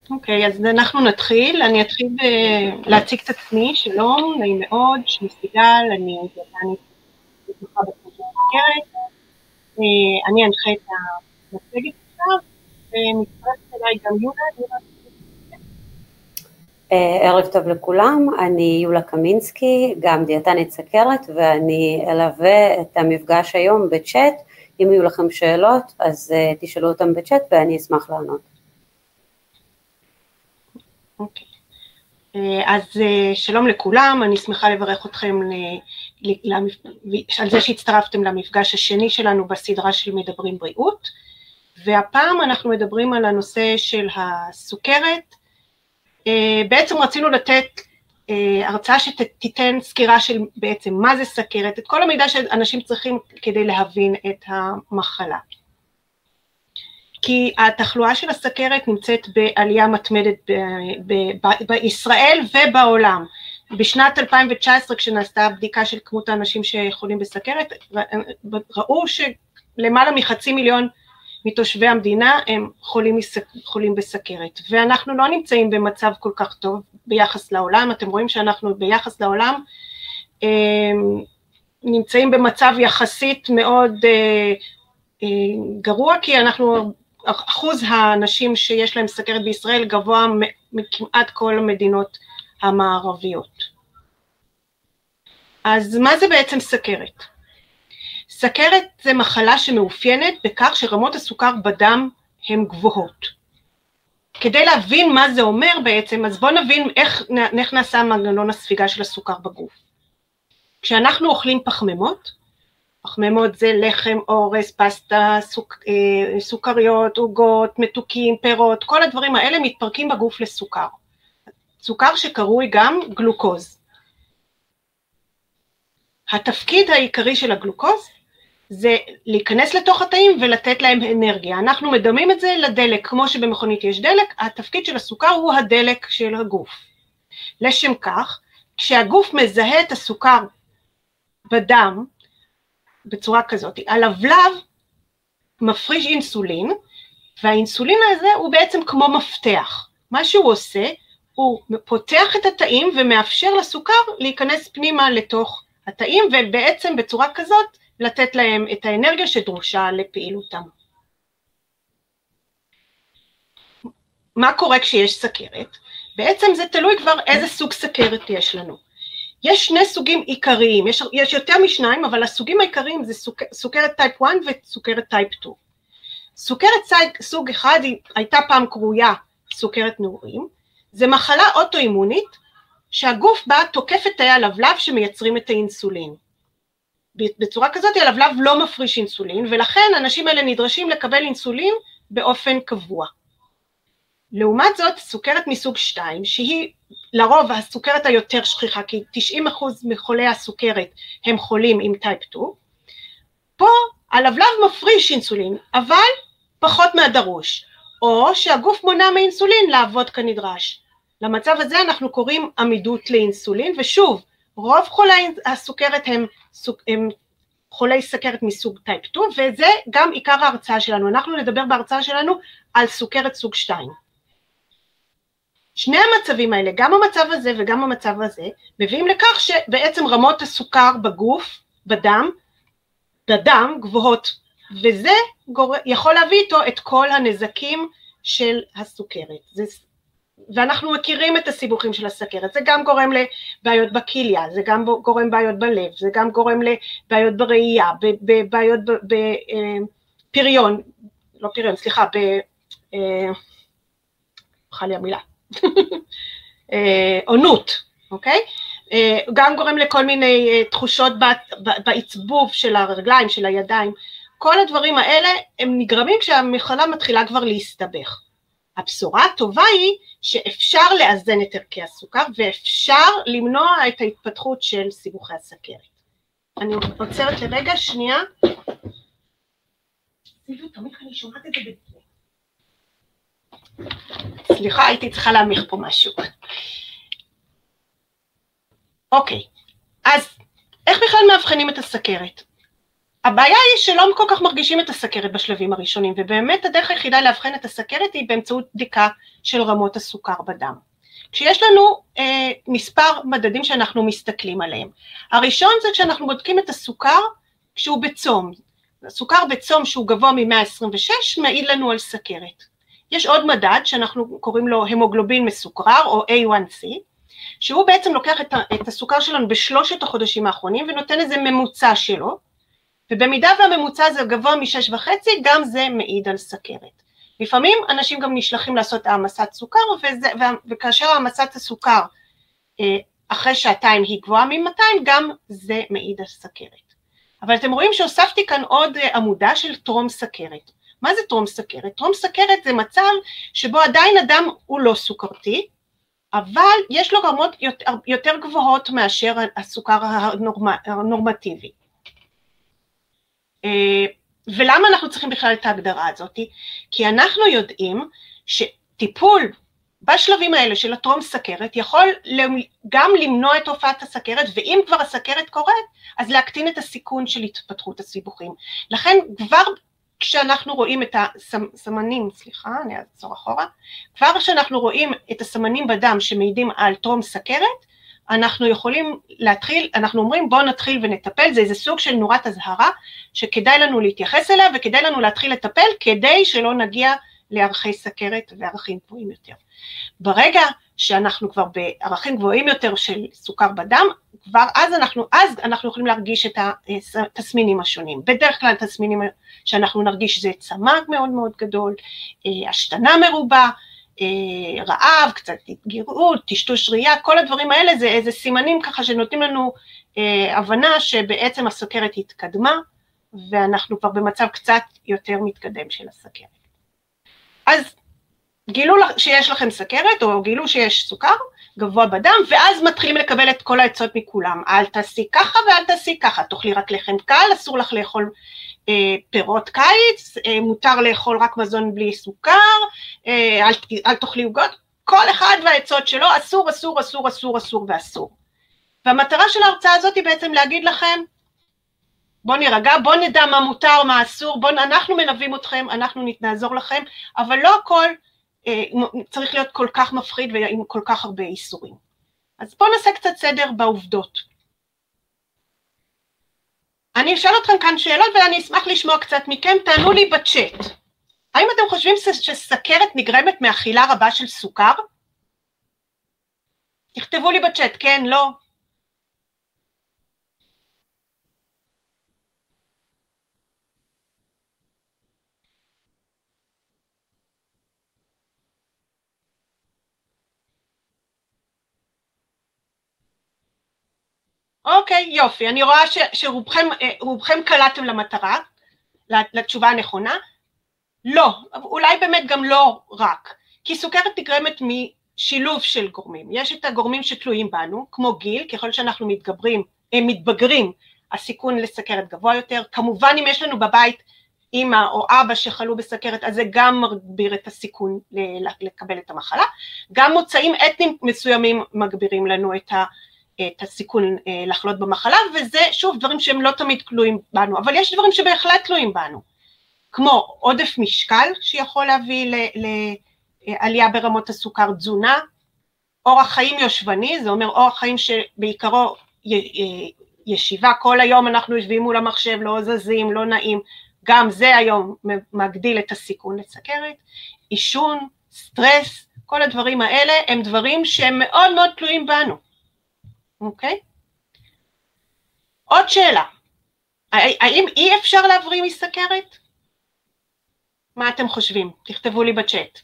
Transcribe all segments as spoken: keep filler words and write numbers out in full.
אוקיי, אז אנחנו נתחיל, אני אתחיל להציג את עצמי, שלום, נעים מאוד, שמי סיגל, אני דיאטנית מתמחה בתחום של סוכרת, אני אנחה את המצגת עכשיו, ומצטרפת אליי גם יולה, יולה. ערב טוב לכולם, אני יולה קמינסקי, גם דיאטנית סוכרת, ואני אלווה את המפגש היום בצ'אט. אם יהיו לכם שאלות, אז תשאלו אותם בצ'אט ואני אשמח לענות. אוקיי. אז שלום לכולם, אני שמחה לברך אתכם על זה שהצטרפתם למפגש השני שלנו בסדרה של מדברים בריאות, והפעם אנחנו מדברים על הנושא של הסוכרת. בעצם רצינו לתת הרצאה שתיתן סקירה של בעצם מה זה סוכרת, את כל המידע שאנשים צריכים כדי להבין את המחלה. כי התחלואה של הסוכרת נמצאת בעלייה מתמדת בישראל ובעולם. בשנת אלפיים תשע עשרה כשנעשתה בדיקה של כמות האנשים שחולים בסוכרת, ראו שלמעלה מחצי מיליון מתושבי המדינה הם חולים, חולים בסוכרת, ואנחנו לא נמצאים במצב כל כך טוב ביחס לעולם. אתם רואים שאנחנו ביחס לעולם נמצאים במצב יחסית מאוד גרוע, כי אנחנו, אחוז האנשים שיש להם סוכרת בישראל גבוה מכמעט כל המדינות המערביות. אז מה זה בעצם סוכרת? סוכרת זה מחלה שמאופיינת בכך שרמות הסוכר בדם הן גבוהות. כדי להבין מה זה אומר בעצם, אז בואו נבין איך, איך נעשה מנגנון הספיגה של הסוכר בגוף. כשאנחנו אוכלים פחמימות, פחמימות זה לחם, אורז, פסטה, סוכ, סוכריות, עוגות, מתוקים, פירות, כל הדברים האלה מתפרקים בגוף לסוכר. סוכר שקרוי גם גלוקוז. התפקיד העיקרי של הגלוקוז זה להיכנס לתוך התאים ולתת להם אנרגיה. אנחנו מדמים את זה לדלק, כמו שבמכונית יש דלק, התפקיד של הסוכר הוא הדלק של הגוף. לשם כך, כשהגוף מזהה את הסוכר בדם, בצורה כזאת, הלבלב מפריש אינסולין, והאינסולין הזה הוא בעצם כמו מפתח. מה שהוא עושה, הוא פותח את התאים ומאפשר לסוכר להיכנס פנימה לתוך התאים, ובעצם בצורה כזאת לתת להם את האנרגיה שדרושה לפעילותם. מה קורה כשיש סוכרת? בעצם זה תלוי כבר איזה סוג סוכרת יש לנו. יש שני סוגים עיקריים, יש, יש יותר משניים, אבל הסוגים העיקריים זה סוכ, סוכרת טייפ אחת וסוכרת טייפ שתיים. סוכרת סוג אחד הייתה פעם קרויה סוכרת נעורים, זה מחלה אוטואימונית שהגוף בה תוקף את תאי הלבלב שמייצרים את האינסולין. בצורה כזאת הלבלב לא מפריש אינסולין, ולכן אנשים האלה נדרשים לקבל אינסולין באופן קבוע. לעומת זאת, סוכרת מסוג שתיים, שהיא לרוב הסוכרת היותר שכיחה, כי תשעים אחוז מחולי הסוכרת הם חולים עם טייפ שתיים, פה הלבלב מפריש אינסולין, אבל פחות מהדרוש, או שהגוף מונע מאינסולין לעבוד כנדרש. למצב הזה אנחנו קוראים עמידות לאינסולין, ושוב, רוב חולי הסוכרת הם, הם חולי סוכרת מסוג טייפ שתיים, וזה גם עיקר ההרצאה שלנו. אנחנו נדבר בהרצאה שלנו על סוכרת סוג שתיים. שני המצבים האלה, גם המצב הזה וגם המצב הזה, מביאים לכך שבעצם רמות הסוכר בגוף, בדם, בדם גבוהות, וזה יכול להביא איתו את כל הנזקים של הסוכרת. זה, ואנחנו מכירים את הסיבוכים של הסוכרת, זה גם גורם לבעיות בכליה, זה גם גורם בעיות בלב, זה גם גורם לבעיות בראייה, בבעיות בפריון, לא פריון, סליחה, ב... חלי המילה. עונות, אוקיי? גם גורם לכל מיני תחושות בעצבוב של הרגליים, של הידיים. כל הדברים האלה הם נגרמים כשהמחלה מתחילה כבר להסתבך. הבשורה הטובה היא שאפשר לאזן את ערכי הסוכר ואפשר למנוע את ההתפתחות של סיבוכי הסוכרת. אני עוצרת לרגע, שנייה. תמיד אני שומעת את זה בזה. סליחה, הייתי צריכה להמיך פה משהו. אוקיי, אז איך בכלל מאבחנים את הסוכרת? הבעיה היא שלא כל כך מרגישים את הסכרת בשלבים הראשונים, ובאמת הדרך היחידה להבחן את הסכרת היא באמצעות בדיקה של רמות הסוכר בדם. כשיש לנו אה, מספר מדדים שאנחנו מסתכלים עליהם. הראשון זה כשאנחנו בודקים את הסוכר כשהוא בצום. הסוכר בצום שהוא גבוה מ-מאה עשרים ושש מעיד לנו על סכרת. יש עוד מדד שאנחנו קוראים לו המוגלובין מסוכרר או איי וואן סי, שהוא בעצם לוקח את, את הסוכר שלנו בשלושת החודשים האחרונים ונותן איזה ממוצע שלו, ובמידה והממוצע זה גבוה משש וחצי, גם זה מעיד על סכרת. לפעמים אנשים גם נשלחים לעשות העמסת סוכר, וזה, וכאשר העמסת הסוכר אחרי שעתיים היא גבוהה מ-מאתיים, גם זה מעיד על סכרת. אבל אתם רואים שהוספתי כאן עוד עמודה של טרום סכרת. מה זה טרום סכרת? טרום סכרת זה מצב שבו עדיין אדם הוא לא סוכרתי, אבל יש לו רמות יותר, יותר גבוהות מאשר הסוכר הנורמה, הנורמטיבי. ולמה אנחנו צריכים בכלל את ההגדרה הזאת? כי אנחנו יודעים שטיפול בשלבים האלה של הטרום סכרת יכול גם למנוע את תופעת הסכרת, ואם כבר הסכרת קורית, אז להקטין את הסיכון של התפתחות הסיבוכים. לכן כבר כשאנחנו רואים את הסמנים, סליחה, אני אעצור אחורה, כבר כשאנחנו רואים את הסמנים בדם שמעידים על טרום סכרת, אנחנו יכולים להתחיל, אנחנו אומרים בואו נתחיל ונטפל, זה איזה סוג של נורת הזהרה, שכדאי לנו להתייחס אליה, וכדאי לנו להתחיל לטפל, כדי שלא נגיע לערכי סכרת וערכים גבוהים יותר. ברגע שאנחנו כבר בערכים גבוהים יותר של סוכר בדם, כבר אז אנחנו, אז אנחנו יכולים להרגיש את התסמינים השונים. בדרך כלל התסמינים שאנחנו נרגיש זה צמא מאוד מאוד גדול, השתנה מרובה, רעב, קצת התגרות, טשטוש ראייה, כל הדברים האלה זה איזה סימנים ככה שנותנים לנו הבנה שבעצם הסוכרת התקדמה, ואנחנו כבר במצב קצת יותר מתקדם של הסוכרת. אז גילו שיש לכם סוכרת, או גילו שיש סוכר גבוה בדם, ואז מתחילים לקבל את כל העצות מכולם. אל תעשי ככה ואל תעשי ככה, תאכלי רק לחם קל, אסור לך לאכול אה, פירות קיץ, אה, מותר לאכול רק מזון בלי סוכר, אה, אל, אל תאכלי עוגות, כל אחד והעצות שלו, אסור, אסור, אסור, אסור, אסור ואסור. והמטרה של ההרצאה הזאת היא בעצם להגיד לכם, בוא נרגע, בוא נדע מה מותר, מה אסור, בוא, אנחנו מנווים אתכם, אנחנו נעזור לכם, אבל לא הכל צריך להיות כל כך מפחיד ועם כל כך הרבה איסורים. אז בואו נעשה קצת סדר בעובדות. אני אשאל אתכם כאן שאלות ואני אשמח לשמוע קצת מכם, תענו לי בצ'אט. האם אתם חושבים שסכרת נגרמת מאכילה רבה של סוכר? תכתבו לי בצ'אט, כן, לא. אוקיי, יופי, אני רואה ש, שרובכם רובכם קלעתם למטרה, לתשובה הנכונה. לא, אולי באמת גם לא רק, כי סוכרת נגרמת משילוב של גורמים. יש את הגורמים שתלויים בנו, כמו גיל, ככל שאנחנו מתגברים, מתבגרים, הסיכון לסכרת גבוה יותר. כמובן אם יש לנו בבית אמא או אבא שחלו בסכרת, אז זה גם מגביר את הסיכון לקבל את המחלה. גם מוצאים אתניים מסוימים מגבירים לנו את ה... את הסיכון לחלות במחלה, וזה שוב דברים שהם לא תמיד תלויים בנו, אבל יש דברים שבהחלט תלויים בנו, כמו עודף משקל שיכול להביא לעלייה ברמות הסוכר, תזונה, אורח חיים יושבני, זה אומר אורח חיים שבעיקרו ישיבה, כל היום אנחנו יושבים מול המחשב, לא זזים, לא נעים, גם זה היום מגדיל את הסיכון לסכרת, עישון, סטרס, כל הדברים האלה הם דברים שהם מאוד מאוד תלויים בנו. אוקיי? עוד שאלה, האם אי אפשר להבריא מסכרת? מה אתם חושבים? תכתבו לי בצ'אט.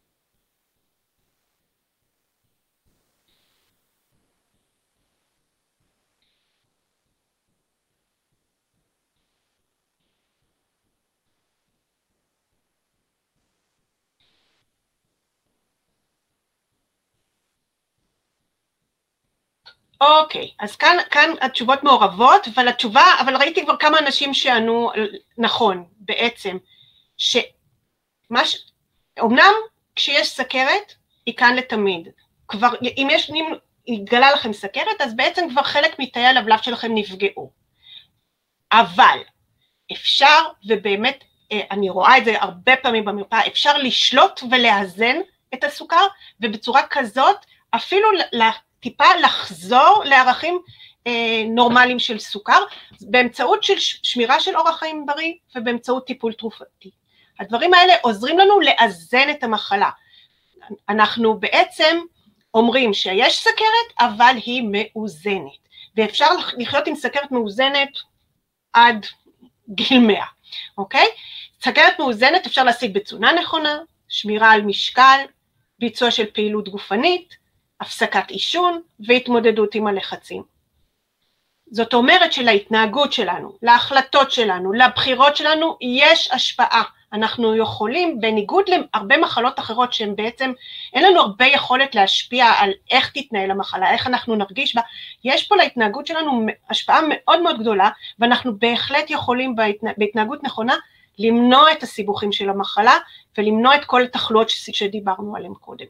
אוקיי, אז כאן, כאן התשובות מעורבות, אבל התשובה, אבל ראיתי כבר כמה אנשים שענו נכון, בעצם, שמה ש... אומנם כשיש סכרת, היא כאן לתמיד. כבר, אם יש, אם התגלה לכם סכרת, אז בעצם כבר חלק מתאי הלבלב שלכם נפגעו. אבל, אפשר, ובאמת אני רואה את זה הרבה פעמים במרפאה, אפשר לשלוט ולאזן את הסוכר, ובצורה כזאת אפילו טיפה לחזור לערכים נורמליים של סוכר, באמצעות של שמירה של אורח חיים בריא, ובאמצעות טיפול תרופתי. הדברים האלה עוזרים לנו לאזן את המחלה. אנחנו בעצם אומרים שיש סכרת, אבל היא מאוזנת, ואפשר לחיות עם סכרת מאוזנת עד גיל מאה, אוקיי? סכרת מאוזנת אפשר להשיג בתזונה נכונה, שמירה על משקל, ביצוע של פעילות גופנית, הפסקת עישון והתמודדות עם הלחצים. זאת אומרת שלהתנהגות שלנו, להחלטות שלנו, לבחירות שלנו, יש השפעה. אנחנו יכולים, בניגוד להרבה מחלות אחרות שהן בעצם, אין לנו הרבה יכולת להשפיע על איך תתנהל המחלה, איך אנחנו נרגיש בה, יש פה להתנהגות שלנו השפעה מאוד מאוד גדולה, ואנחנו בהחלט יכולים בהתנהגות נכונה, למנוע את הסיבוכים של המחלה, ולמנוע את כל התחלואות שדיברנו עליהן קודם.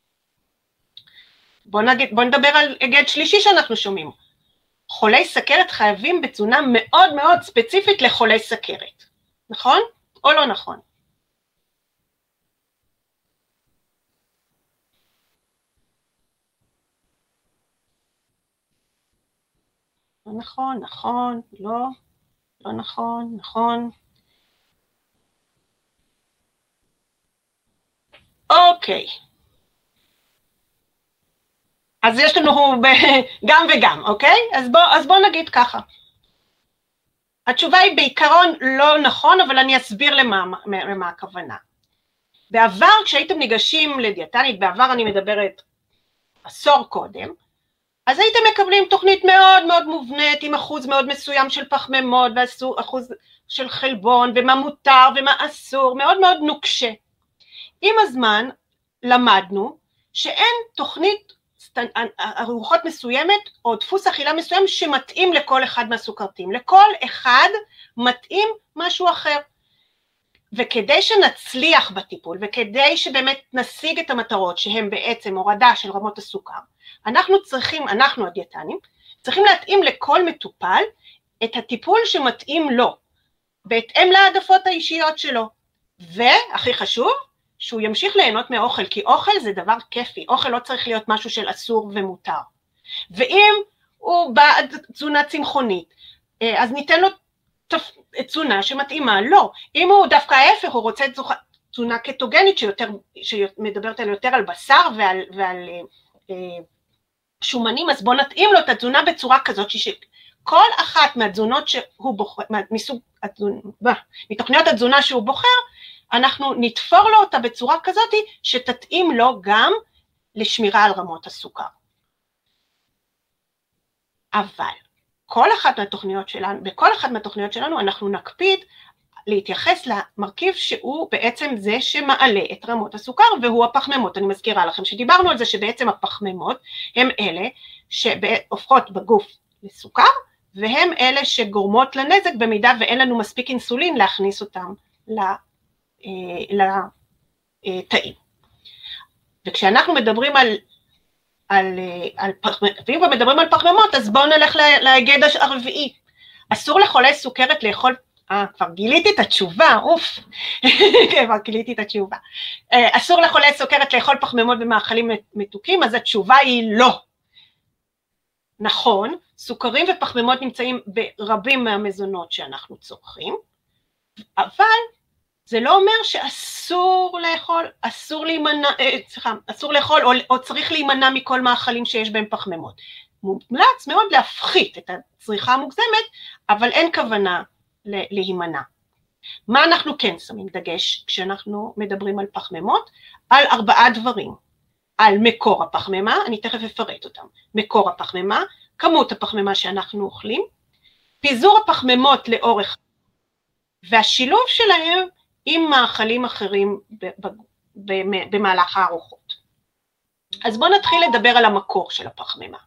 בואו נגיד, בוא נדבר על היגד שלישי שאנחנו שומעים. חולי סכרת חייבים בתזונה מאוד מאוד ספציפית לחולי סכרת. נכון? או לא נכון? לא נכון, נכון, לא, לא נכון, נכון. אוקיי. אז יש לנו גם וגם, אוקיי? אז בוא, אז בוא נגיד ככה. התשובה היא בעיקרון לא נכון, אבל אני אסביר למה, למה הכוונה. בעבר, כשהייתם ניגשים לדיאטנית, בעבר אני מדברת עשור קודם, אז הייתם מקבלים תוכנית מאוד מאוד מובנית, עם אחוז מאוד מסוים של פחמימות, ואחוז של חלבון, ומה מותר ומה אסור, מאוד מאוד נוקשה. עם הזמן למדנו שאין תוכנית ארוחות מסוימת, או דפוס אכילה מסוים, שמתאים לכל אחד מהסוכרתיים. לכל אחד מתאים משהו אחר. וכדי שנצליח בטיפול, וכדי שבאמת נשיג את המטרות, שהן בעצם הורדה של רמות הסוכר, אנחנו צריכים, אנחנו הדיאטנים, צריכים להתאים לכל מטופל, את הטיפול שמתאים לו, בהתאם להעדפות האישיות שלו. והכי חשוב, שהוא ימשיך ליהנות מאוכל, כי אוכל זה דבר כיפי, אוכל לא צריך להיות משהו של אסור ומותר. ואם הוא בעד תזונה צמחונית, אז ניתן לו תזונה שמתאימה לו. אם הוא דווקא ההפך, הוא רוצה תזונה קטוגנית, שיותר, שמדברת יותר על בשר ועל, ועל אה, שומנים, אז בוא נתאים לו את התזונה בצורה כזאת, שכל אחת מהתזונות שהוא בוחר, מסוג התזונה, מתוכניות התזונה שהוא בוחר, אנחנו נתפור לו אותה בצורה כזאת שתתאים לו גם לשמירה על רמות הסוכר. אבל כל אחת מהתוכניות שלנו, בכל אחת מהתוכניות שלנו אנחנו נקפיד להתייחס למרכיב שהוא בעצם זה שמעלה את רמות הסוכר, והוא הפחמימות. אני מזכירה לכם שדיברנו על זה שבעצם הפחמימות הם אלה שהופכות בגוף לסוכר, והם אלה שגורמות לנזק במידה ואין לנו מספיק אינסולין להכניס אותם לתאים. וכשאנחנו מדברים על, על, על פחמימות, ואם מדברים על פחמימות, אז בואו נלך להיגד הרביעי. אסור לחולי סוכרת לאכול, אה, כבר גיליתי את התשובה, אוף, כבר גיליתי את התשובה. אסור לחולי סוכרת לאכול פחמימות במאכלים מתוקים, אז התשובה היא לא. נכון, סוכרים ופחמימות נמצאים ברבים מהמזונות שאנחנו צורכים, אבל זה לא אומר שאסור לאכול, אסור להימנע, סליחה, אסור לאכול או, או צריך להימנע מכל מאכלים שיש בהם פחמימות. מומלץ מאוד להפחית את הצריכה המוגזמת, אבל אין כוונה להימנע. מה אנחנו כן שמים דגש כשאנחנו מדברים על פחמימות? על ארבעה דברים. על מקור הפחמימה, אני תכף אפרט אותם. מקור הפחמימה, כמות הפחמימה שאנחנו אוכלים, פיזור הפחמימות לאורך, והשילוב שלהם עם מאכלים אחרים במהלך הארוחות. אז בואו נתחיל לדבר על המקור של הפחמימה.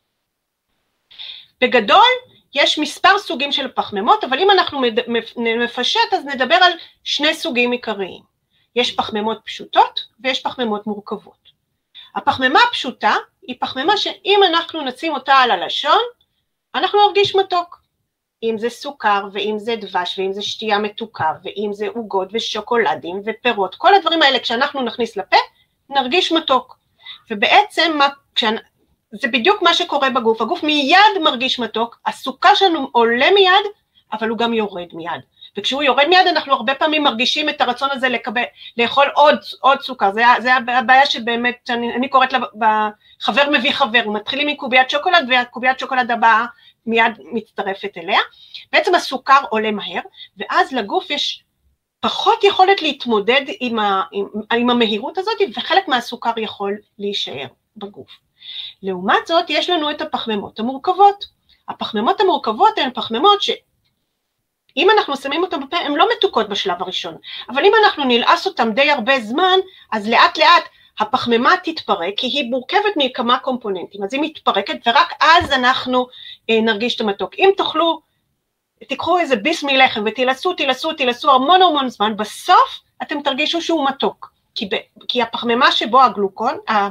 בגדול, יש מספר סוגים של פחמימות, אבל אם אנחנו מפשט, אז נדבר על שני סוגים עיקריים. יש פחמימות פשוטות ויש פחמימות מורכבות. הפחמימה הפשוטה היא פחמימה שאם אנחנו נשים אותה על הלשון, אנחנו נרגיש מתוק. אם זה סוכר, ואם זה דבש, ואם זה שתייה מתוקה, ואם זה עוגות ושוקולדים ופירות, כל הדברים האלה כשאנחנו נכניס לפה, נרגיש מתוק. ובעצם מה, כשאנ... זה בדיוק מה שקורה בגוף, הגוף מיד מרגיש מתוק, הסוכר שלנו עולה מיד, אבל הוא גם יורד מיד. וכשהוא יורד מיד, אנחנו הרבה פעמים מרגישים את הרצון הזה לקבל, לאכול עוד, עוד סוכר, זה, זה הבעיה שבאמת, אני, אני קוראת לה, חבר מביא חבר, מתחילים עם קוביית שוקולד, והקוביית שוקולד הבאה מיד מצטרפת אליה, בעצם הסוכר עולה מהר, ואז לגוף יש פחות יכולת להתמודד עם, ה, עם, עם המהירות הזאת, וחלק מהסוכר יכול להישאר בגוף. לעומת זאת, יש לנו את הפחמימות המורכבות. הפחמימות המורכבות הן פחמימות ש... אם אנחנו שמים אותם בפה, הן לא מתוקות בשלב הראשון, אבל אם אנחנו נלעס אותם די הרבה זמן, אז לאט לאט הפחמימה תתפרק, כי היא מורכבת מכמה קומפוננטים, אז היא מתפרקת, ורק אז אנחנו אה, נרגיש את המתוק. אם תאכלו, תיקחו איזה ביס מלחם, ותלעסו, תלעסו, תלעסו המון המון זמן, בסוף אתם תרגישו שהוא מתוק, כי, ב, כי הפחמימה שבו הגלוקון, ה,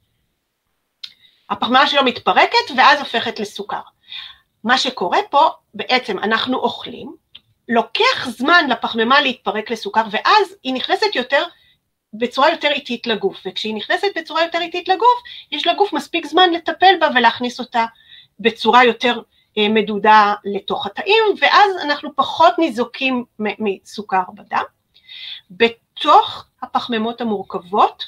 הפחמימה שלו מתפרקת, ואז הופכת לסוכר. מה שקורה פה, בעצם אנחנו אוכלים, לוקח זמן לפחמימה להתפרק לסוכר, ואז היא נכנסת יותר, בצורה יותר איטית לגוף, וכשהיא נכנסת בצורה יותר איטית לגוף, יש לגוף מספיק זמן לטפל בה, ולהכניס אותה בצורה יותר אה, מדודה לתוך התאים, ואז אנחנו פחות ניזוקים מסוכר בדם. בתוך הפחמימות המורכבות,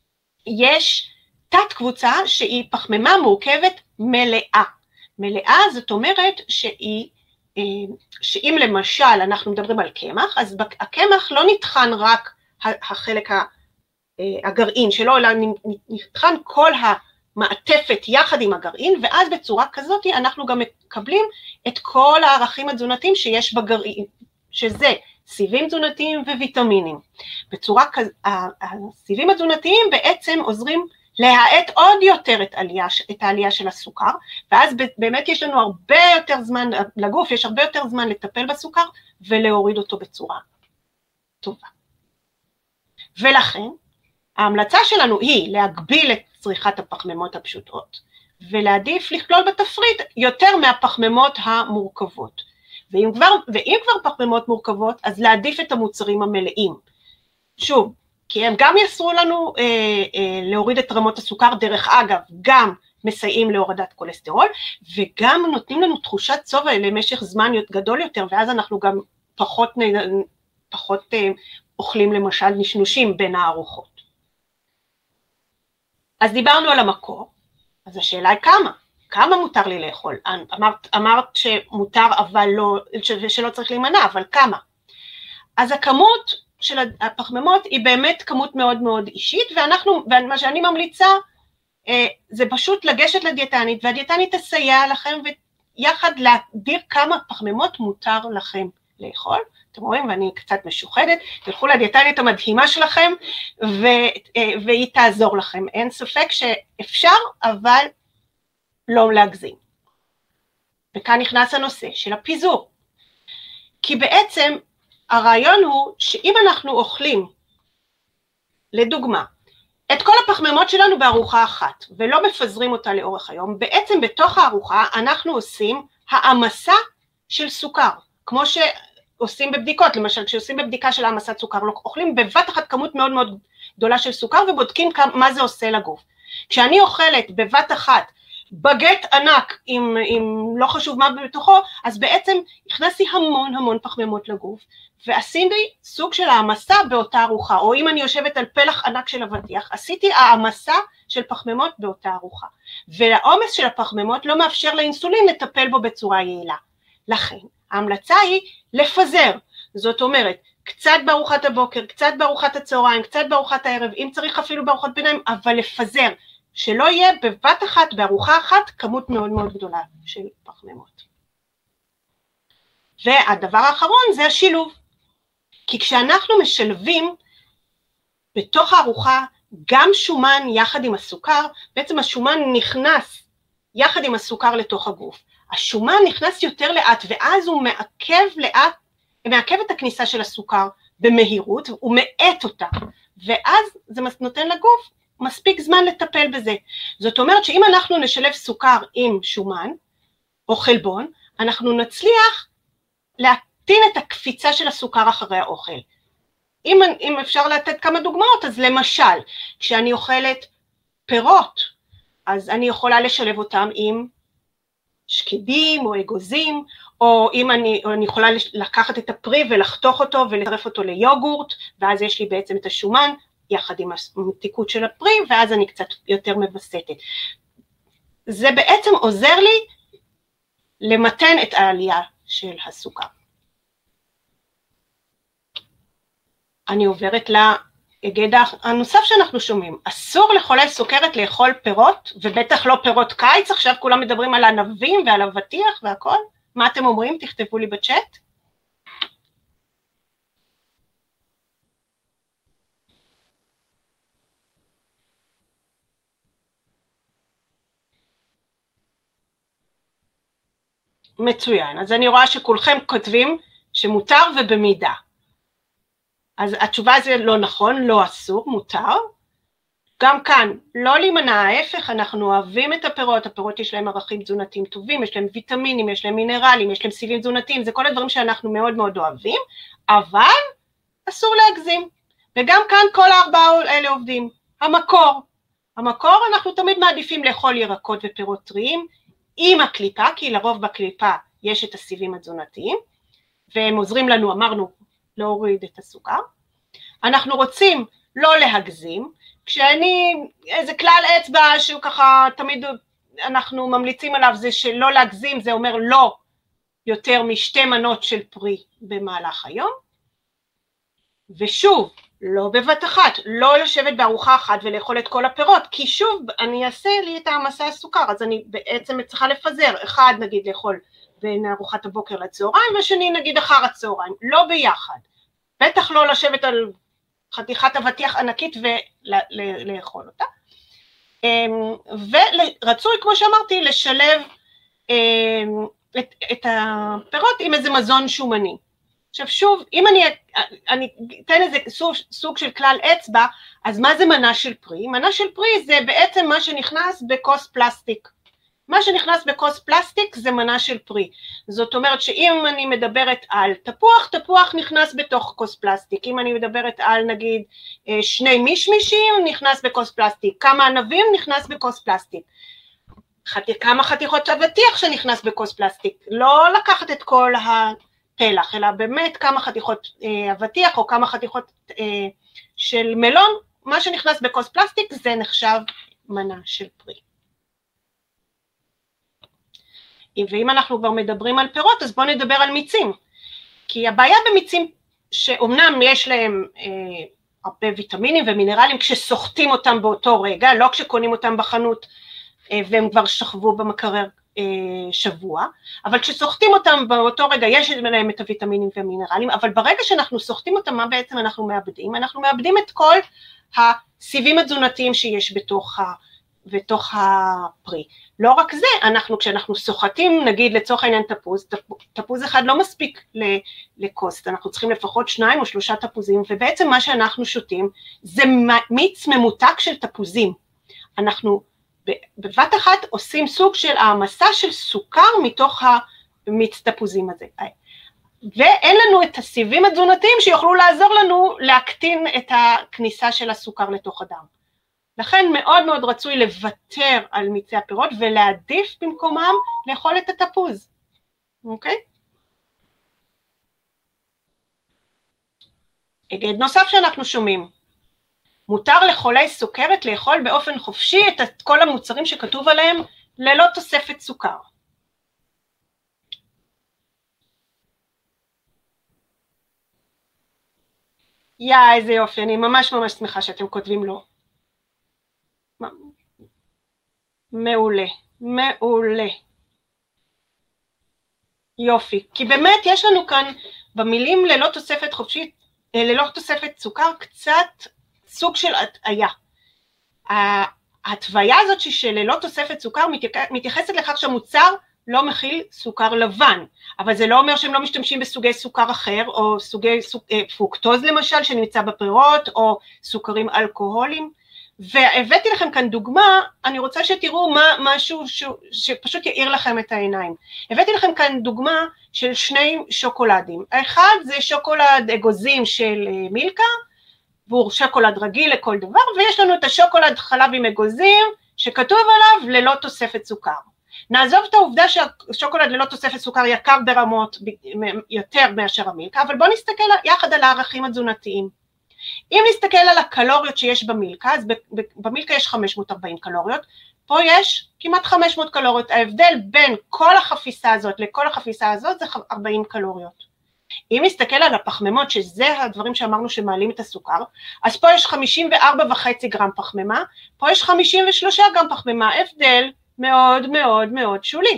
יש תת קבוצה שהיא פחמימה מורכבת מלאה, מלאה זאת אומרת שהיא, שאם למשל אנחנו מדברים על קמח, אז הקמח לא נטחן רק החלק הגרעין שלו, אלא נטחן כל המעטפת יחד עם הגרעין, ואז בצורה כזאת אנחנו גם מקבלים את כל הערכים התזונתיים שיש בגרעין, שזה סיבים תזונתיים וויטמינים. בצורה כזאת, הסיבים התזונתיים בעצם עוזרים להאט עוד יותר את העלייה, את העלייה של הסוכר, ואז באמת יש לנו הרבה יותר זמן, לגוף יש הרבה יותר זמן לטפל בסוכר, ולהוריד אותו בצורה טובה. ולכן, ההמלצה שלנו היא להגביל את צריכת הפחמימות הפשוטות, ולהעדיף לכלול בתפריט יותר מהפחמימות המורכבות. ואם כבר, ואם כבר פחמימות מורכבות, אז להעדיף את המוצרים המלאים. שוב, כי הם גם יסרו לנו אה, אה, להוריד את רמות הסוכר, דרך אגב, גם מסייעים להורדת כולסטרול, וגם נותנים לנו תחושת שובע למשך זמן גדול יותר, ואז אנחנו גם פחות, פחות אה, אוכלים למשל נשנושים בין הארוחות. אז דיברנו על המקור, אז השאלה היא כמה? כמה מותר לי לאכול? אמרת, אמרת שמותר אבל לא, שלא צריך להימנע, אבל כמה? אז הכמות של הפחמימות היא באמת כמות מאוד מאוד אישית, ואנחנו, ומה שאני ממליצה, זה פשוט לגשת לדיאטנית, והדיאטנית תסייע לכם, ויחד להגדיר כמה פחמימות מותר לכם לאכול. אתם רואים, ואני קצת משוחדת, תלכו לדיאטנית המדהימה שלכם, והיא תעזור לכם. אין ספק שאפשר, אבל לא להגזים. וכאן נכנס הנושא של הפיזור. כי בעצם, הרעיון הוא שאם אנחנו אוכלים, לדוגמה, את כל הפחמימות שלנו בארוחה אחת, ולא מפזרים אותה לאורך היום, בעצם בתוך הארוחה אנחנו עושים העמסה של סוכר, כמו שעושים בבדיקות, למשל כשעושים בבדיקה של העמסת סוכר, אוכלים בבת אחת כמות מאוד מאוד גדולה של סוכר, ובודקים מה זה עושה לגוף. כשאני אוכלת בבת אחת, בגט ענק, עם, עם לא חשוב מה בתוכו, אז בעצם הכנסתי המון המון פחמימות לגוף, ועשיתי סוג של העמסה באותה ארוחה, או אם אני יושבת על פלח ענק של אבטיח, עשיתי העמסה של פחמימות באותה ארוחה, והעומס של הפחמימות לא מאפשר לאינסולין לטפל בו בצורה יעילה. לכן, ההמלצה היא לפזר, זאת אומרת, קצת בארוחת הבוקר, קצת בארוחת הצהריים, קצת בארוחת הערב, אם צריך אפילו בארוחות ביניים, אבל לפזר, שלא יהיה בבת אחת, בארוחה אחת, כמות מאוד מאוד גדולה של פחמימות. והדבר האחרון זה השילוב. כי כשאנחנו משלבים בתוך הארוחה גם שומן יחד עם הסוכר, בעצם השומן נכנס יחד עם הסוכר לתוך הגוף. השומן נכנס יותר לאט, ואז הוא מעכב לאט, מעכב את הכניסה של הסוכר במהירות, הוא מאט אותה, ואז זה נותן לגוף מספיק זמן לטפל בזה. זאת אומרת שאם אנחנו נשלב סוכר עם שומן, או חלבון, אנחנו נצליח להקטין את הקפיצה של הסוכר אחרי האוכל. אם, אם אפשר לתת כמה דוגמאות, אז למשל, כשאני אוכלת פירות, אז אני יכולה לשלב אותם עם שקדים או אגוזים, או אם אני, או אני יכולה לקחת את הפרי ולחתוך אותו ולצרף אותו ליוגורט, ואז יש לי בעצם את השומן, יחד עם המתיקות של הפרי, ואז אני קצת יותר מבסטת. זה בעצם עוזר לי למתן את העלייה של הסוכר. אני עוברת להיגד הנוסף שאנחנו שומעים. אסור לחולי סוכרת לאכול פירות, ובטח לא פירות קיץ, עכשיו כולם מדברים על ענבים ועל אבטיח והכל. מה אתם אומרים? תכתבו לי בצ'אט. מצוין, אז אני רואה שכולכם כותבים שמותר ובמידה. אז התשובה זה לא נכון, לא אסור, מותר. גם כאן, לא להימנע, ההפך, אנחנו אוהבים את הפירות, הפירות יש להם ערכים תזונתיים טובים, יש להם ויטמינים, יש להם מינרלים, יש להם סיבים תזונתיים, זה כל הדברים שאנחנו מאוד מאוד אוהבים, אבל אסור להגזים. וגם כאן כל הארבעה האלה עובדים. המקור, המקור אנחנו תמיד מעדיפים לאכול ירקות ופירות טריים, עם הקליפה, כי לרוב בקליפה יש את הסיבים התזונתיים, והם עוזרים לנו, אמרנו, להוריד את הסוכר. אנחנו רוצים לא להגזים, כשאני, איזה כלל אצבע שהוא ככה תמיד אנחנו ממליצים עליו, זה שלא להגזים, זה אומר לא יותר משתי מנות של פרי במהלך היום, ושוב, לא בבת אחת, לא לשבת בארוחה אחת ולאכול את כל הפירות, כי שוב אני אעשה לי את המסע הסוכר, אז אני בעצם צריכה לפזר, אחד נגיד לאכול בין ארוחת הבוקר לצהריים, ושני נגיד אחר הצהריים, לא ביחד, בטח לא לשבת על חתיכת אבטיח ענקית ולאכול אותה, ורצוי כמו שאמרתי לשלב את, את הפירות עם איזה מזון שומני. עכשיו שוב, אם אני, אני אתן איזה סוג, סוג של כלל אצבע, אז מה זה מנה של פרי? מנה של פרי זה בעצם מה שנכנס בכוס פלסטיק. מה שנכנס בכוס פלסטיק זה מנה של פרי. זאת אומרת שאם אני מדברת על תפוח, תפוח נכנס בתוך כוס פלסטיק. אם אני מדברת על נגיד שני מישמישים, נכנס בכוס פלסטיק. כמה ענבים נכנס בכוס פלסטיק. חתיך, כמה חתיכות אבטיח שנכנס בכוס פלסטיק. לא לקחת את כל הפלח, אלא באמת כמה חתיכות אבטיח או כמה חתיכות של מלון, מה שנכנס בכוס פלסטיק זה נחשב מנה של פרי. ואם אנחנו כבר מדברים על פירות, אז בואו נדבר על מיצים, כי הבעיה במיצים שאומנם יש להם אה, הרבה ויטמינים ומינרלים כשסוחטים אותם באותו רגע, לא כשקונים אותם בחנות אה, והם כבר שכבו במקרר אה, שבוע, אבל כשסוחטים אותם באותו רגע יש להם את הוויטמינים והמינרלים, אבל ברגע שאנחנו סוחטים אותם, מה בעצם אנחנו מאבדים? אנחנו מאבדים את כל הסיבים התזונתיים שיש בתוך ה... בתוך הפרי. לא רק זה, אנחנו כשאנחנו סוחטים, נגיד לצורך העניין תפוז, תפוז אחד לא מספיק לכוס, אנחנו צריכים לפחות שניים או שלושה תפוזים, ובעצם מה שאנחנו שותים זה מיץ ממותק של תפוזים. אנחנו בבת אחת עושים סוג של העמסה של סוכר מתוך המיץ תפוזים הזה. ואין לנו את הסיבים התזונתיים שיוכלו לעזור לנו להקטין את הכניסה של הסוכר לתוך הדם. לכן מאוד מאוד רצוי לוותר על מיצי הפירות ולהעדיף במקומם לאכול את התפוז, אוקיי? היגד נוסף שאנחנו שומעים, מותר לחולי סוכרת לאכול באופן חופשי את כל המוצרים שכתוב עליהם ללא תוספת סוכר. יא, איזה יופי, אני ממש ממש שמחה שאתם כותבים לא. מעולה, מעולה. יופי, כי באמת יש לנו כאן במילים ללא תוספת חופשית, ללא תוספת סוכר, קצת סוג של הטעיה. ההתוויה הזאת שללא תוספת סוכר מתייחסת לכך שהמוצר לא מכיל סוכר לבן, אבל זה לא אומר שהם לא משתמשים בסוגי סוכר אחר, או סוגי פרוקטוז למשל שנמצא בפירות, או סוכרים אלכוהולים, והבאתי לכם כאן דוגמה, אני רוצה שתראו מה, משהו ש, שפשוט יאיר לכם את העיניים. הבאתי לכם כאן דוגמה של שני שוקולדים. האחד זה שוקולד אגוזים של מילקה, והוא שוקולד רגיל לכל דבר, ויש לנו את השוקולד חלב עם אגוזים, שכתוב עליו ללא תוספת סוכר. נעזוב את העובדה שהשוקולד ללא תוספת סוכר יקר ברמות יותר מאשר המילקה, אבל בואו נסתכל יחד על הערכים התזונתיים. אם נסתכל על הקלוריות שיש במילקה, אז במילקה יש חמש מאות וארבעים קלוריות, פה יש כמעט חמש מאות קלוריות, ההבדל בין כל החפיסה הזאת לכל החפיסה הזאת זה ארבעים קלוריות. אם נסתכל על הפחמימות, שזה הדברים שאמרנו שמעלים את הסוכר, אז פה יש חמישים וארבע וחצי גרם פחמימה, פה יש חמישים ושלושה גרם פחמימה, הבדל מאוד מאוד מאוד שולי.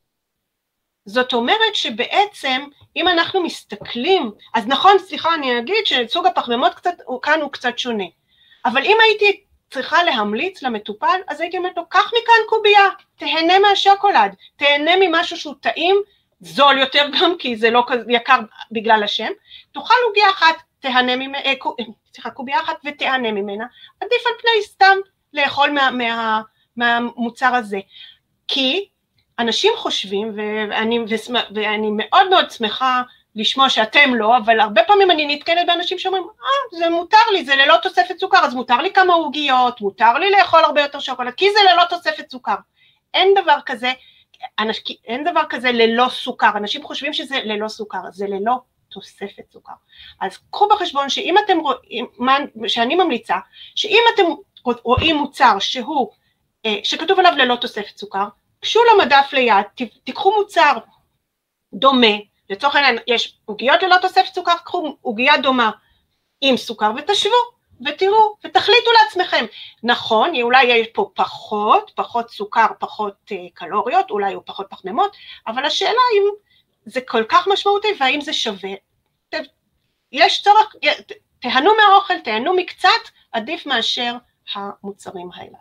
זאת אומרת שבעצם אם אנחנו מסתכלים, אז נכון, סליחה, אני אגיד שסוג הפחמימות קצת, כאן הוא קצת שונה, אבל אם הייתי צריכה להמליץ למטופל, אז הייתי אומרת לו, קח מכאן קובייה, תהנה מהשוקולד, תהנה ממשהו שהוא טעים, זול יותר גם כי זה לא יקר בגלל השם, תאכל עוגיה אחת, תהנה ממנה, סליחה, קובייה אחת ותהנה ממנה, עדיף על פני סתם לאכול מה, מה, מהמוצר הזה, כי אנשים חושבים, ואני, ואני מאוד מאוד שמחה לשמוע שאתם לא, אבל הרבה פעמים אני נתקלת באנשים שאומרים, אה, זה מותר לי, זה ללא תוספת סוכר, אז מותר לי כמה עוגיות, מותר לי לאכול הרבה יותר שוקולד, כי זה ללא תוספת סוכר. אין דבר כזה, אין דבר כזה ללא סוכר, אנשים חושבים שזה ללא סוכר, זה ללא תוספת סוכר. אז קחו בחשבון שאם אתם רואים, שאני ממליצה, שאם אתם רואים מוצר שהוא, שכתוב עליו ללא תוספת סוכר, קשו למדף ליד, תיקחו מוצר דומה, לצורך העניין יש עוגיות ללא תוספת סוכר, קחו עוגיה דומה עם סוכר ותשוו, ותראו, ותחליטו לעצמכם, נכון, אולי יש פה פחות, פחות סוכר, פחות uh, קלוריות, אולי הוא פחות פחמימות, אבל השאלה אם זה כל כך משמעותי, והאם זה שווה, ת, יש צורך, ת, תהנו מהאוכל, תהנו מקצת, עדיף מאשר המוצרים האלה.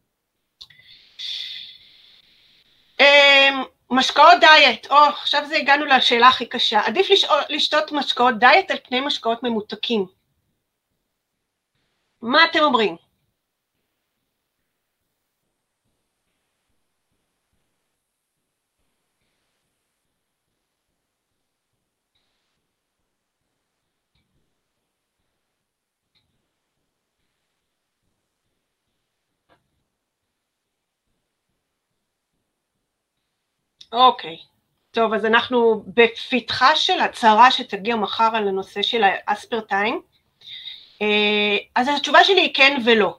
משקאות דיאט, או עכשיו זה הגענו לשאלה הכי קשה, עדיף לשתות משקאות דיאט על פני משקאות ממותקים. מה אתם אומרים? אוקיי, טוב, אז אנחנו בפתחה של הצהרה שתגיע מחר על הנושא של האספרטיים, אז התשובה שלי היא כן ולא.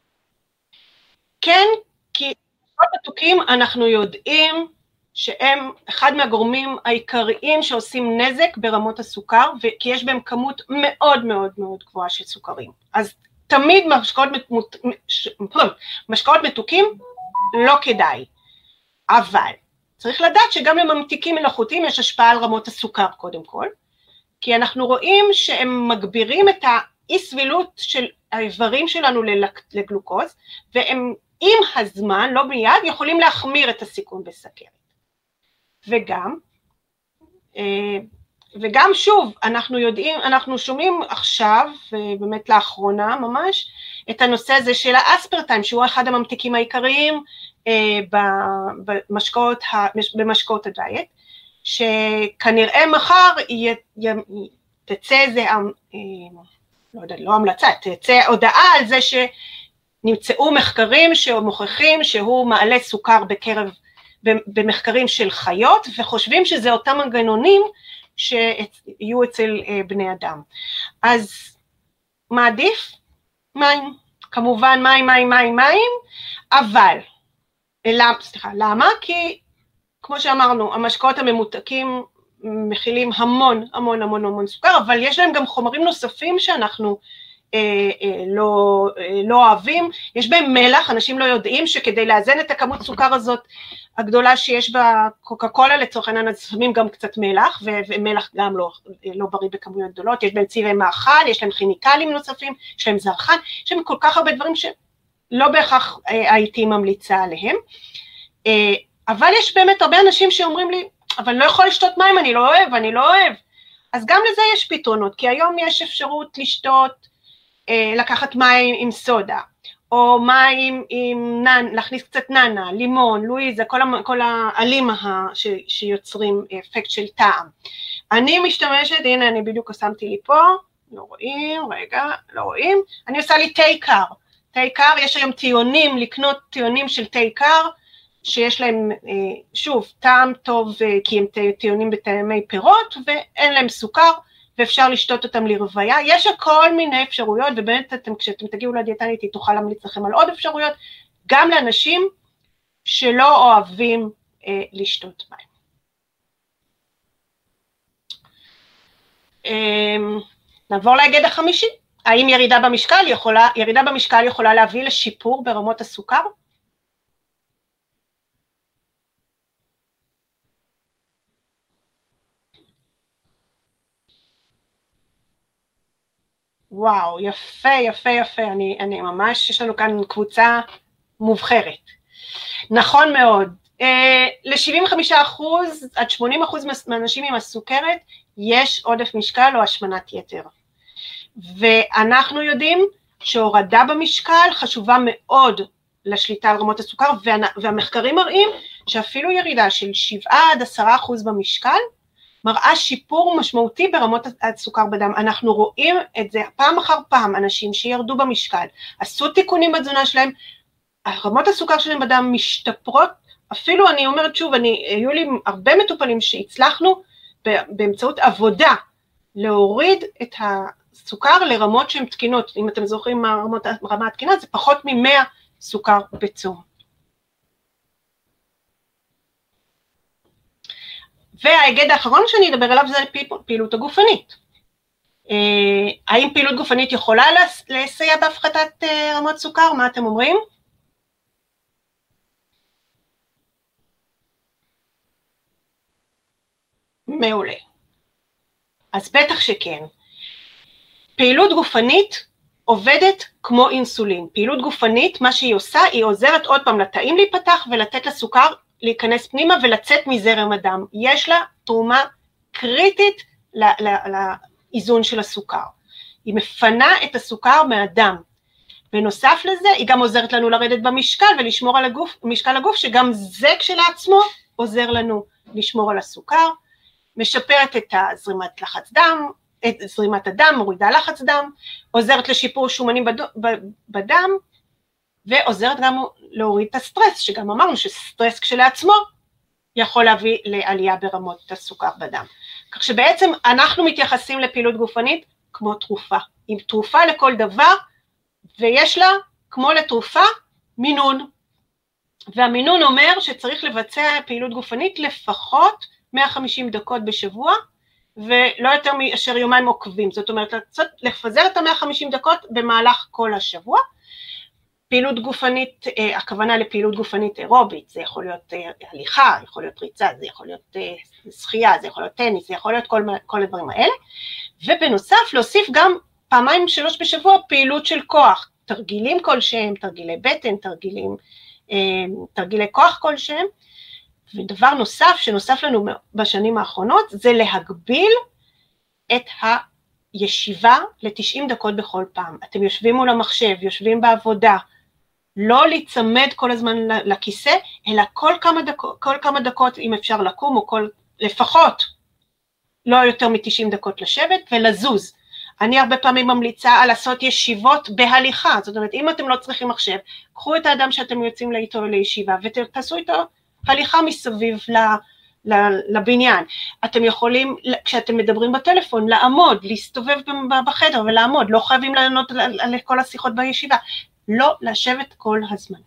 כן, כי משקאות מתוקים אנחנו יודעים שהם אחד מהגורמים העיקריים שעושים נזק ברמות הסוכר, כי יש בהם כמות מאוד מאוד מאוד גבוהה של סוכרים. אז תמיד משקאות, מת... משקאות מתוקים לא כדאי, אבל צריך לדעת שגם לממתיקים מלאכותיים יש השפעה על רמות הסוכר קודם כל, כי אנחנו רואים שהם מגבירים את האי סבילות של האיברים שלנו לגלוקוז, והם עם הזמן, לא מיד, יכולים להחמיר את הסיכון בסוכרת. וגם, וגם שוב, אנחנו יודעים, אנחנו שומעים עכשיו, ובאמת לאחרונה ממש, את הנושא הזה של האספרטיים, שהוא אחד הממתיקים העיקריים במשקאות, במשקאות הדיאט, שכנראה מחר תצא איזה, לא יודע, לא המלצה, תצא הודעה על זה שנמצאו מחקרים שמוכיחים שהוא מעלה סוכר בקרב, במחקרים של חיות, וחושבים שזה אותם מנגנונים שיהיו אצל בני אדם. אז מה עדיף? מים, כמובן מים, מים, מים, מים, אבל, למה, סליחה, למה? כי כמו שאמרנו, המשקאות הממותקים מכילים המון, המון, המון, המון סוכר, אבל יש להם גם חומרים נוספים שאנחנו אה, אה, לא, אה, לא אוהבים, יש בהם מלח, אנשים לא יודעים שכדי לאזן את הכמות סוכר הזאת, הגדולה שיש בקוקה קולה, לצורך העניין, אז שמים גם קצת מלח, ומלח גם לא, לא בריא בכמויות גדולות, יש בהם צבעי מאכל, יש להם כימיקלים נוספים, יש להם זרחן, יש להם כל כך הרבה דברים שלא בהכרח אה, הייתי ממליצה עליהם, אה, אבל יש באמת הרבה אנשים שאומרים לי, אבל לא יכול לשתות מים, אני לא אוהב, אני לא אוהב. אז גם לזה יש פתרונות, כי היום יש אפשרות לשתות, לקחת מים עם סודה, או מים עם נן, להכניס קצת ננה, לימון, לואיזה, כל, כל העלים ש, שיוצרים אפקט של טעם. אני משתמשת, הנה אני בדיוק שמתי לי פה, לא רואים, רגע, לא רואים, אני עושה לי תה קר, תה קר, יש היום טיונים, לקנות טיונים של תה קר, שיש להם, שוב, טעם טוב, כי הם טיונים בטעמי פירות, ואין להם סוכר, ואפשר לשתות אותם לרוויה, יש כל מיני אפשרויות, ובאמת אתם, כשאתם תגיעו לדיאטנית, היא תוכל להמליץ לכם על עוד אפשרויות, גם לאנשים שלא אוהבים אה, לשתות מים. אה, נעבור להיגד החמישי, האם ירידה במשקל יכולה, ירידה במשקל יכולה להביא לשיפור ברמות הסוכר? וואו, יפה, יפה, יפה, אני, אני ממש, יש לנו כאן קבוצה מובחרת. נכון מאוד, אה, ל-שבעים וחמישה אחוז עד שמונים אחוז מהאנשים עם הסוכרת, יש עודף משקל או השמנת יתר. ואנחנו יודעים שהורדה במשקל חשובה מאוד לשליטה על רמות הסוכר, וה, והמחקרים מראים שאפילו ירידה של שבעה עד עשרה אחוז במשקל, מראה שיפור משמעותי ברמות הסוכר בדם. אנחנו רואים את זה פעם אחר פעם, אנשים שירדו במשקל, עשו תיקונים בתזונה שלהם, רמות הסוכר שלהם בדם משתפרות, אפילו אני אומרת שוב, אני, היו לי הרבה מטופלים שהצלחנו באמצעות עבודה, להוריד את הסוכר לרמות שהן תקינות, אם אתם זוכרים מה רמות, רמה התקינה, זה פחות מ-מאה סוכר בצום. וההיגד האחרון שאני אדבר עליו זה פעילות הגופנית. האם פעילות גופנית יכולה לסייע בהפחתת רמות סוכר? מה אתם אומרים? מעולה. אז בטח שכן. פעילות גופנית עובדת כמו אינסולין. פעילות גופנית, מה שהיא עושה, היא עוזרת עוד פעם לתאים להיפתח ולתת לסוכר להיכנס פנימה ולצאת מזרם הדם. יש לה תרומה קריטית לאיזון של הסוכר. היא מפנה את הסוכר מהדם. בנוסף לזה, היא גם עוזרת לנו לרדת במשקל ולשמור על הגוף, משקל הגוף, שגם זה כשלעצמו עוזר לנו לשמור על הסוכר, משפרת את זרימת לחץ דם, את זרימת הדם, מורידה לחץ דם, עוזרת לשיפור שומנים בדם, ועוזרת גם להוריד את הסטרס, שגם אמרנו שסטרס כשלעצמו יכול להביא לעלייה ברמות הסוכר בדם. כך שבעצם אנחנו מתייחסים לפעילות גופנית כמו תרופה, עם תרופה לכל דבר, ויש לה כמו לתרופה מינון. והמינון אומר שצריך לבצע פעילות גופנית לפחות מאה וחמישים דקות בשבוע, ולא יותר מאשר יומיים עוקבים, זאת אומרת לפזר את ה-מאה וחמישים דקות במהלך כל השבוע. פעילות גופנית, הכוונה לפעילות גופנית אירובית, זה יכול להיות הליכה, יכול להיות ריצה, זה יכול להיות שחייה, זה יכול להיות טניס, זה יכול להיות כל, כל הדברים האלה, ובנוסף להוסיף גם פעמיים שלוש בשבוע פעילות של כוח, תרגילים כלשהם, תרגילי בטן, תרגילים, תרגילי כוח כלשהם, ודבר נוסף שנוסף לנו בשנים האחרונות, זה להגביל את הישיבה ל-תשעים דקות בכל פעם. אתם יושבים מול המחשב, יושבים בעבודה, לא להיצמד כל הזמן לכיסא, אלא כל כמה דקות, כל כמה דקות אם אפשר לקום, או כל, לפחות לא יותר מ-תשעים דקות לשבת ולזוז. אני הרבה פעמים ממליצה על לעשות ישיבות בהליכה, זאת אומרת, אם אתם לא צריכים מחשב, קחו את האדם שאתם יוצאים איתו לישיבה, ותעשו איתו הליכה מסביב לבניין. אתם יכולים, כשאתם מדברים בטלפון, לעמוד, להסתובב בחדר ולעמוד, לא חייבים לענות על כל השיחות בישיבה, לא לשבת כל הזמן.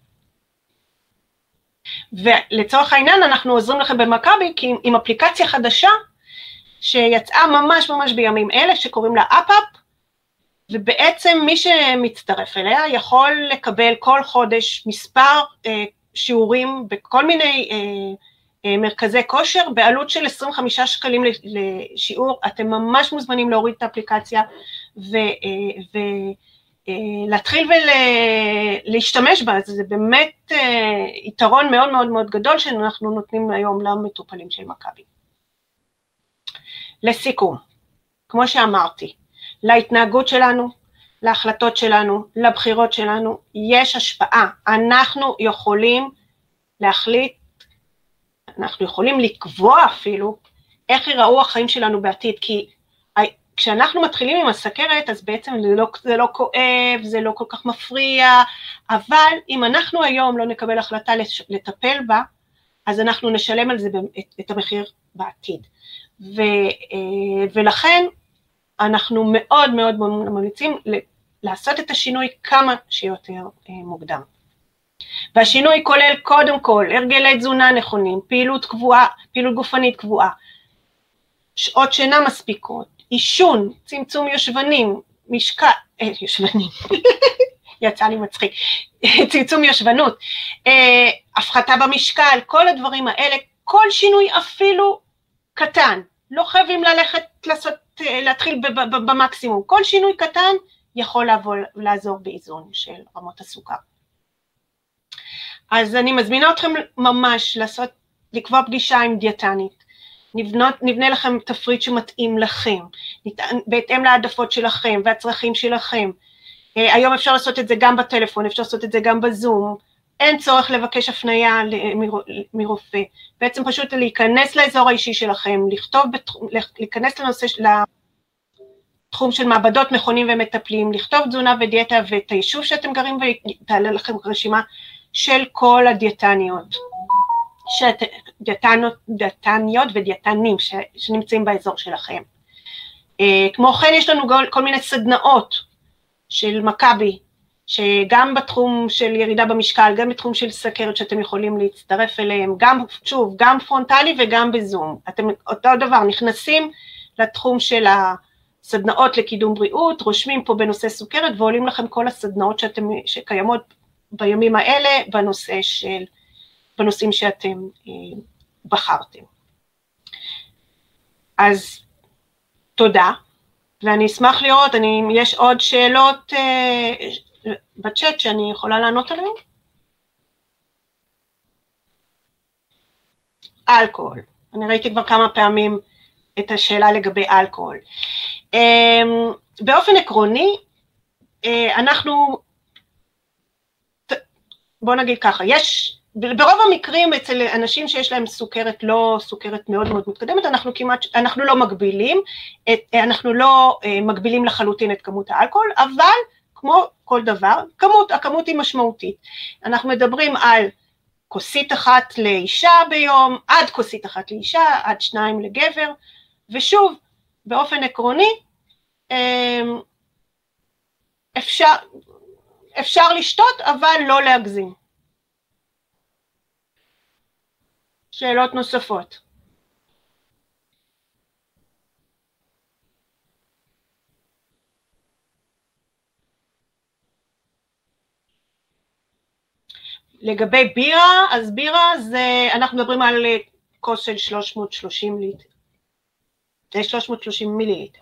ולצורך העניין אנחנו עוזרים לכם במכבי, כי עם אפליקציה חדשה, שיצאה ממש ממש בימים אלה, שקוראים לה אפ-אפ, ובעצם מי שמצטרף אליה יכול לקבל כל חודש מספר אה, שיעורים בכל מיני אה, אה, מרכזי כושר, בעלות של עשרים וחמישה שקלים לשיעור. אתם ממש מוזמנים להוריד את האפליקציה, ו... אה, ו להתחיל ולהשתמש בה, זה באמת יתרון מאוד מאוד מאוד גדול שאנחנו נותנים היום למטופלים של מכבי. לסיכום, כמו שאמרתי, להתנהגות שלנו, להחלטות שלנו, לבחירות שלנו, יש השפעה. אנחנו יכולים להחליט, אנחנו יכולים לקבוע אפילו, איך ייראו החיים שלנו בעתיד, כי כשאנחנו מתחילים עם הסכרת, אז בעצם זה לא, זה לא כואב, זה לא כל כך מפריע, אבל אם אנחנו היום לא נקבל החלטה לטפל בה, אז אנחנו נשלם על זה את, את המחיר בעתיד. ו, ולכן אנחנו מאוד מאוד ממליצים לעשות את השינוי כמה שיותר מוקדם. והשינוי כולל קודם כל הרגלי תזונה נכונים, פעילות קבועה, פעילות גופנית קבועה, שעות שינה מספיקות, עישון, צמצום יושבנים, משקל, אה, יושבנים, יצא לי מצחיק, צמצום יושבנות, אה, הפחתה במשקל, כל הדברים האלה, כל שינוי אפילו קטן, לא חייבים ללכת לעשות, להתחיל במקסימום, כל שינוי קטן יכול לעבור, לעזור באיזון של רמות הסוכר. אז אני מזמינה אתכם ממש לעשות, לקבוע פגישה עם דיאטנית, נבנות, נבנה לכם תפריט שמתאים לכם, בהתאם להעדפות שלכם והצרכים שלכם. היום אפשר לעשות את זה גם בטלפון, אפשר לעשות את זה גם בזום, אין צורך לבקש הפנייה מרופא, בעצם פשוט להיכנס לאזור האישי שלכם, לכתוב, להיכנס לנושא, לתחום של מעבדות, מכונים ומטפלים, לכתוב תזונה ודיאטה ואת היישוב שאתם גרים, ותעלה לכם רשימה של כל הדיאטניות, דיאטניות ודיאטנים שנמצאים באזור שלכם. כמו כן יש לנו כל מיני סדנאות של מכבי, שגם בתחום של ירידה במשקל, גם בתחום של סכרת שאתם יכולים להצטרף אליהם, גם, שוב, גם פרונטלי וגם בזום. אתם אותו דבר, נכנסים לתחום של הסדנאות לקידום בריאות, רושמים פה בנושא סוכרת, ועולים לכם כל הסדנאות שאתם, שקיימות בימים האלה, בנושא של, בנושאים שאתם אה, בחרתם. אז תודה, ואני אשמח לראות, אני, יש עוד שאלות אה, בצ'אט שאני יכולה לענות עליהן? אלכוהול, אני ראיתי כבר כמה פעמים את השאלה לגבי אלכוהול. אה, באופן עקרוני, אה, אנחנו, בוא נגיד ככה, יש, ברוב המקרים אצל אנשים שיש להם סוכרת, לא סוכרת מאוד מאוד מתקדמת, אנחנו כמעט, אנחנו לא מגבילים, את, אנחנו לא מגבילים לחלוטין את כמות האלכוהול, אבל כמו כל דבר, כמות, הכמות היא משמעותית. אנחנו מדברים על כוסית אחת לאישה ביום, עד כוסית אחת לאישה, עד שניים לגבר, ושוב, באופן עקרוני, אפשר, אפשר לשתות, אבל לא להגזים. שאלות נוספות. לגבי בירה, אז בירה זה, אנחנו מדברים על כוס של שלוש מאות ושלושים ליטר, זה שלוש מאות ושלושים מיליליטר.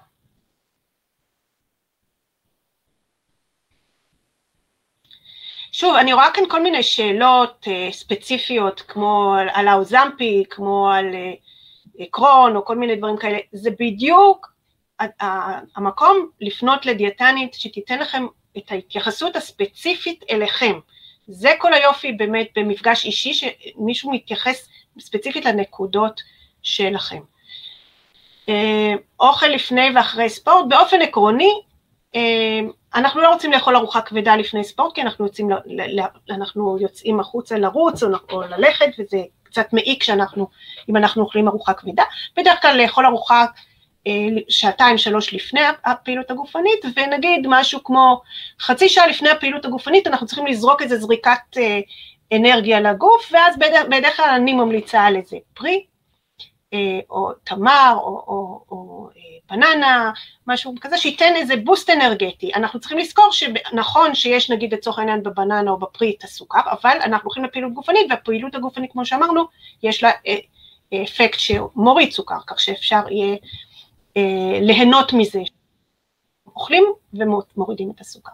שוב, אני רואה כאן כל מיני שאלות uh, ספציפיות, כמו על, על האוזמפי, כמו על uh, קרון, או כל מיני דברים כאלה. זה בדיוק uh, uh, המקום לפנות לדיאטנית, שתיתן לכם את ההתייחסות הספציפית אליכם. זה כל היופי באמת במפגש אישי, שמישהו מתייחס ספציפית לנקודות שלכם. Uh, אוכל לפני ואחרי ספורט, באופן עקרוני, uh, אנחנו לא רוצים לאכול ארוחה כבדה לפני ספורט, כי אנחנו יוצאים, אנחנו יוצאים החוצה לרוץ או ללכת, וזה קצת מעיק שאנחנו, אם אנחנו אוכלים ארוחה כבדה, בדרך כלל לאכול ארוחה שעתיים שלוש לפני הפעילות הגופנית, ונגיד משהו כמו חצי שעה לפני הפעילות הגופנית, אנחנו צריכים לזרוק איזה זריקת אנרגיה לגוף, ואז בדרך כלל אני ממליצה על איזה פרי, או תמר, או, או, או בננה, משהו כזה, שייתן איזה בוסט אנרגטי. אנחנו צריכים לזכור שנכון שיש נגיד לצורך העניין בבננה או בפרי את הסוכר, אבל אנחנו הולכים לפעילות גופנית, והפעילות הגופנית, כמו שאמרנו, יש לה אפקט שמוריד סוכר, כך שאפשר יהיה ליהנות מזה. אוכלים ומורידים את הסוכר.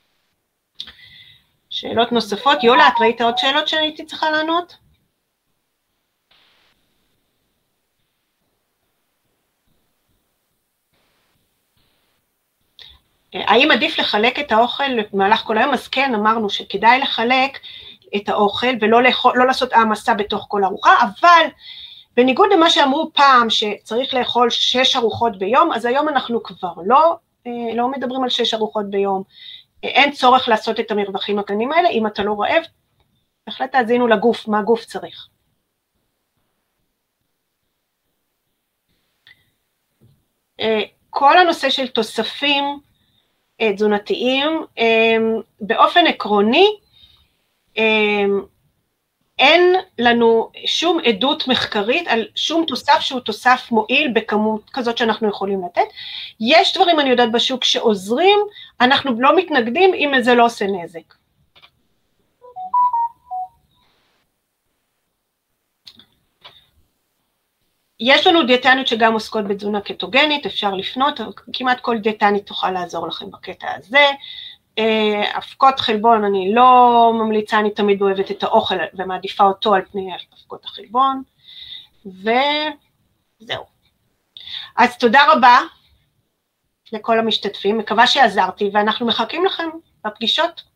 שאלות נוספות? יולה, את ראית עוד שאלות שהייתי צריכה לענות? האם עדיף לחלק את האוכל במהלך כל היום? אז כן, אמרנו שכדאי לחלק את האוכל ולא לאכול, לא לעשות העמסה בתוך כל ארוחה, אבל בניגוד למה שאמרו פעם שצריך לאכול שש ארוחות ביום, אז היום אנחנו כבר לא, לא מדברים על שש ארוחות ביום, אין צורך לעשות את המרווחים הקטנים האלה, אם אתה לא רעב, בהחלט תאזינו לגוף, מה הגוף צריך. כל הנושא של תוספים תזונתיים, באופן עקרוני, אין לנו שום עדות מחקרית על שום תוסף שהוא תוסף מועיל בכמות כזאת שאנחנו יכולים לתת. יש דברים, אני יודעת, בשוק שעוזרים, אנחנו לא מתנגדים אם זה לא עושה נזק. יש לנו דיאטניות שגם עוסקות בתזונה קטוגנית, אפשר לפנות, כמעט כל דיאטנית תוכל לעזור לכם בקטע הזה. אבקות חלבון, אני לא ממליצה, אני תמיד אוהבת את האוכל ומעדיפה אותו על פני אבקות החלבון, וזהו. אז תודה רבה לכל המשתתפים, מקווה שעזרתי, ואנחנו מחכים לכם בפגישות.